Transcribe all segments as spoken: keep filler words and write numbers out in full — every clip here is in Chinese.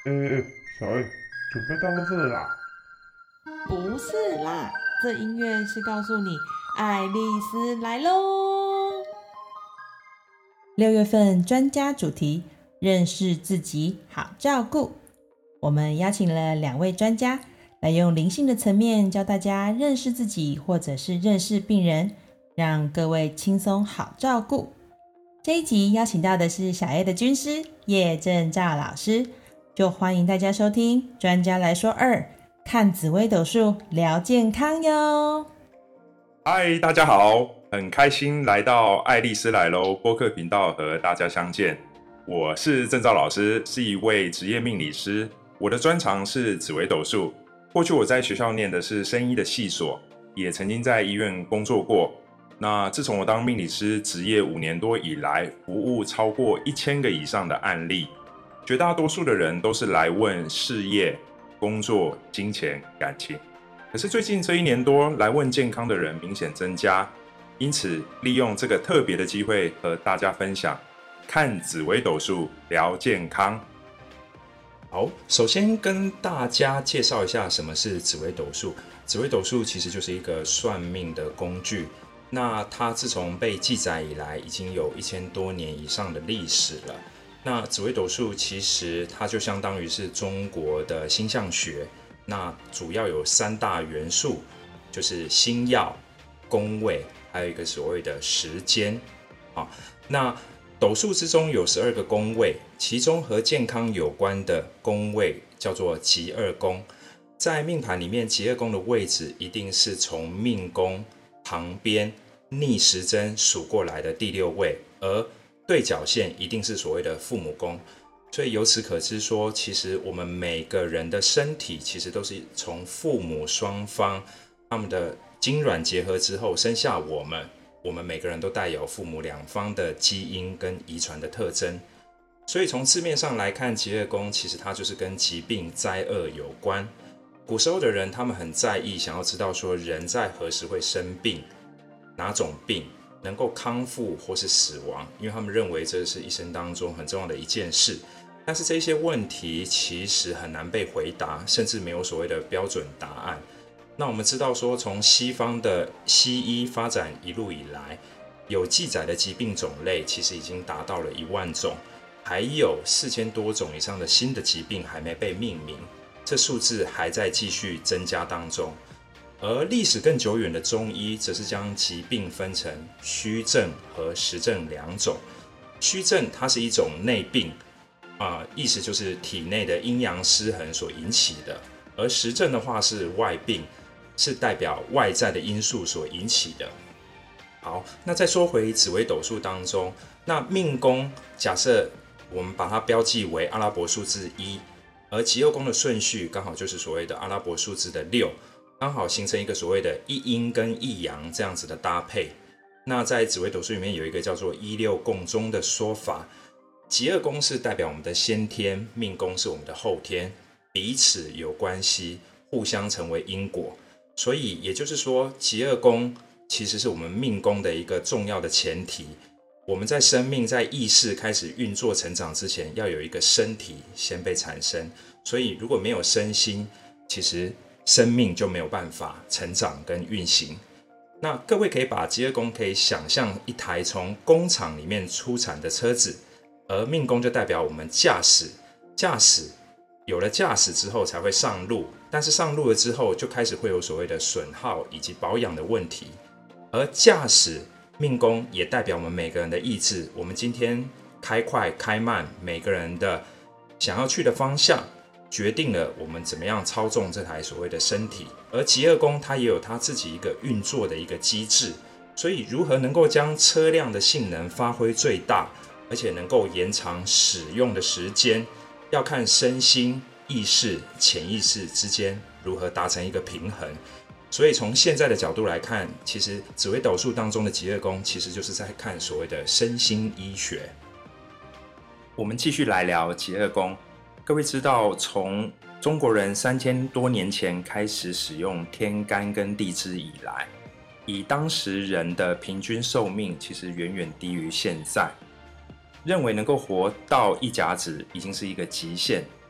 哎哎，小 A，准备到垃圾了啦！ 不是啦，这音乐是告诉你爱丽丝来喽。六月份专家主题：认识自己，好照顾。我们邀请了两位专家来用灵性的层面教大家认识自己，或者是认识病人，让各位轻松好照顾。这一集邀请到的是小 A 的军师叶正照老师，就欢迎大家收听专家来说二，看紫微斗数聊健康哟。 嗨，大家好，很开心来到爱丽丝来喽播客频道和大家相见。我是正照老师，是一位职业命理师，我的专长是紫微斗数。过去我在学校念的是生医的系所，也曾经在医院工作过。那自从我当命理师职业五年多以来，服务超过一千个以上的案例，绝大多数的人都是来问事业、工作、金钱、感情。可是最近这一年多来问健康的人明显增加，因此利用这个特别的机会和大家分享，看紫微斗数聊健康。 好，首先跟大家介绍一下什么是紫微斗数。紫微斗数其实就是一个算命的工具，那它自从被记载以来，已经有一千多年以上的历史了。那紫微斗数其实它就相当于是中国的星象学，那主要有三大元素，就是星曜、宫位，还有一个所谓的时间。好，那斗数之中有十二个宫位，其中和健康有关的宫位叫做疾厄宫。在命盘里面，疾厄宫的位置一定是从命宫旁边逆时针数过来的第六位，而对角线一定是所谓的父母宫。所以由此可知说，其实我们每个人的身体其实都是从父母双方他们的精卵结合之后生下我们，我们每个人都带有父母两方的基因跟遗传的特征。所以从字面上来看，疾厄宫其实它就是跟疾病灾厄有关。古时候的人他们很在意，想要知道说人在何时会生病，哪种病能够康复或是死亡，因为他们认为这是一生当中很重要的一件事。但是这些问题其实很难被回答，甚至没有所谓的标准答案。那我们知道说，从西方的西医发展一路以来，有记载的疾病种类其实已经达到了一万种，还有四千多种以上的新的疾病还没被命名，这数字还在继续增加当中。而历史更久远的中医则是将疾病分成虚症和实症两种。虚症它是一种内病，呃、意思就是体内的阴阳失衡所引起的，而实症的话是外病，是代表外在的因素所引起的。好，那再说回紫微斗数当中，那命宫假设我们把它标记为阿拉伯数字一，而疾厄宫的顺序刚好就是所谓的阿拉伯数字的六，刚好形成一个所谓的一阴跟一阳这样子的搭配。那在紫微斗数里面有一个叫做一六共中的说法，疾厄宫是代表我们的先天，命宫是我们的后天，彼此有关系，互相成为因果。所以也就是说，疾厄宫其实是我们命宫的一个重要的前提。我们在生命在意识开始运作成长之前，要有一个身体先被产生，所以如果没有身心，其实生命就没有办法成长跟运行。那各位可以把疾厄宫可以想象一台从工厂里面出产的车子，而命宫就代表我们驾驶，驾驶有了驾驶之后才会上路，但是上路了之后就开始会有所谓的损耗以及保养的问题。而驾驶命宫也代表我们每个人的意志，我们今天开快开慢，每个人的想要去的方向决定了我们怎么样操纵这台所谓的身体。而疾厄宫它也有它自己一个运作的一个机制，所以如何能够将车辆的性能发挥最大，而且能够延长使用的时间，要看身心意识潜意识之间如何达成一个平衡。所以从现在的角度来看，其实紫微斗数当中的疾厄宫其实就是在看所谓的身心医学。 我们继续来聊疾厄宫。各位知道，从中国人三千多年前开始使用天干跟地支以来，以当时人的平均寿命其实远远低于现在，认为能够活到一甲子已经是一个极限。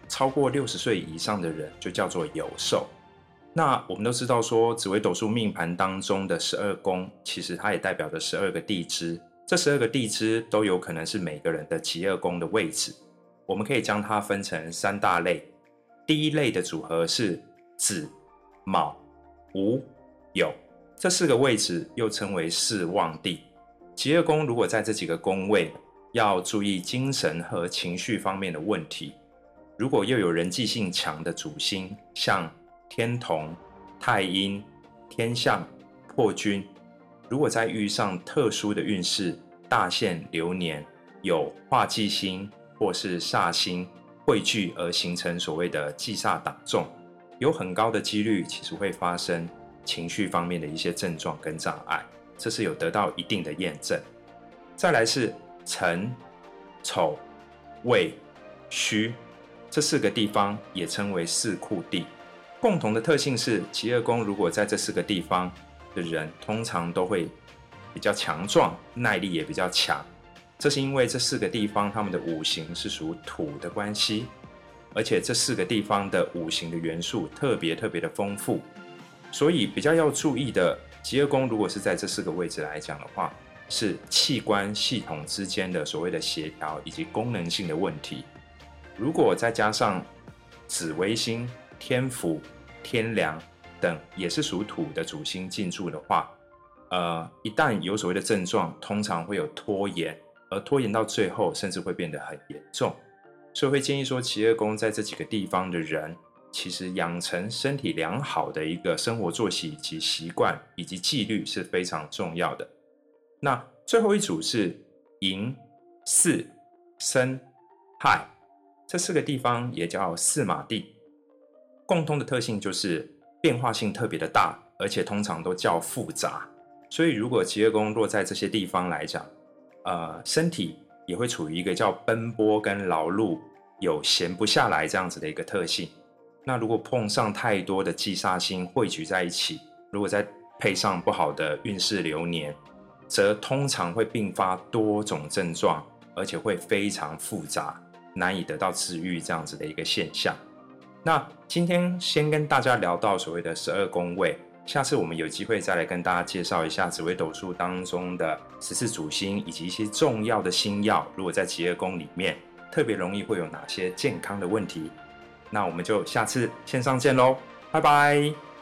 超过六十岁以上的人就叫做有寿。那我们都知道说，紫微斗数命盘当中的十二宫，其实它也代表着十二个地支，这十二个地支都有可能是每个人的疾厄宫的位置。我们可以将它分成三大类。第一类的组合是子、卯、午、酉，这四个位置又称为四旺地。疾厄宫如果在这几个宫位，要注意精神和情绪方面的问题。如果又有人际性强的主星，像天同、太阴、天相、破军，如果再遇上特殊的运势，大限流年有化忌星或是煞星汇聚而形成所谓的忌煞打中，有很高的几率其实会发生情绪方面的一些症状跟障碍，这是有得到一定的验证。再来是辰、丑、未、戌，这四个地方也称为四库地。共同的特性是，疾厄宫如果在这四个地方的人，通常都会比较强壮，耐力也比较强。这是因为这四个地方他们的五行是属土的关系，而且这四个地方的五行的元素特别特别的丰富，所以比较要注意的，疾厄宫如果是在这四个位置来讲的话，是器官系统之间的所谓的协调以及功能性的问题。如果再加上紫微星、天府、天梁等也是属土的主星进驻的话，呃，一旦有所谓的症状，通常会有拖延，而拖延到最后甚至会变得很严重。所以会建议说，疾厄宫在这几个地方的人，其实养成身体良好的一个生活作息以及习惯以及纪律是非常重要的。那最后一组是寅、巳、申、亥，这四个地方也叫四马地。共通的特性就是变化性特别的大，而且通常都较复杂。所以如果疾厄宫落在这些地方来讲，呃，身体也会处于一个叫奔波跟劳碌，有闲不下来这样子的一个特性。那如果碰上太多的忌煞星汇聚在一起，如果再配上不好的运势流年，则通常会并发多种症状，而且会非常复杂，难以得到治愈这样子的一个现象。那今天先跟大家聊到所谓的十二宫位，下次我们有机会再来跟大家介绍一下紫微斗数当中的十四主星以及一些重要的星曜，如果在疾厄宫里面特别容易会有哪些健康的问题。那我们就下次线上见咯，拜拜。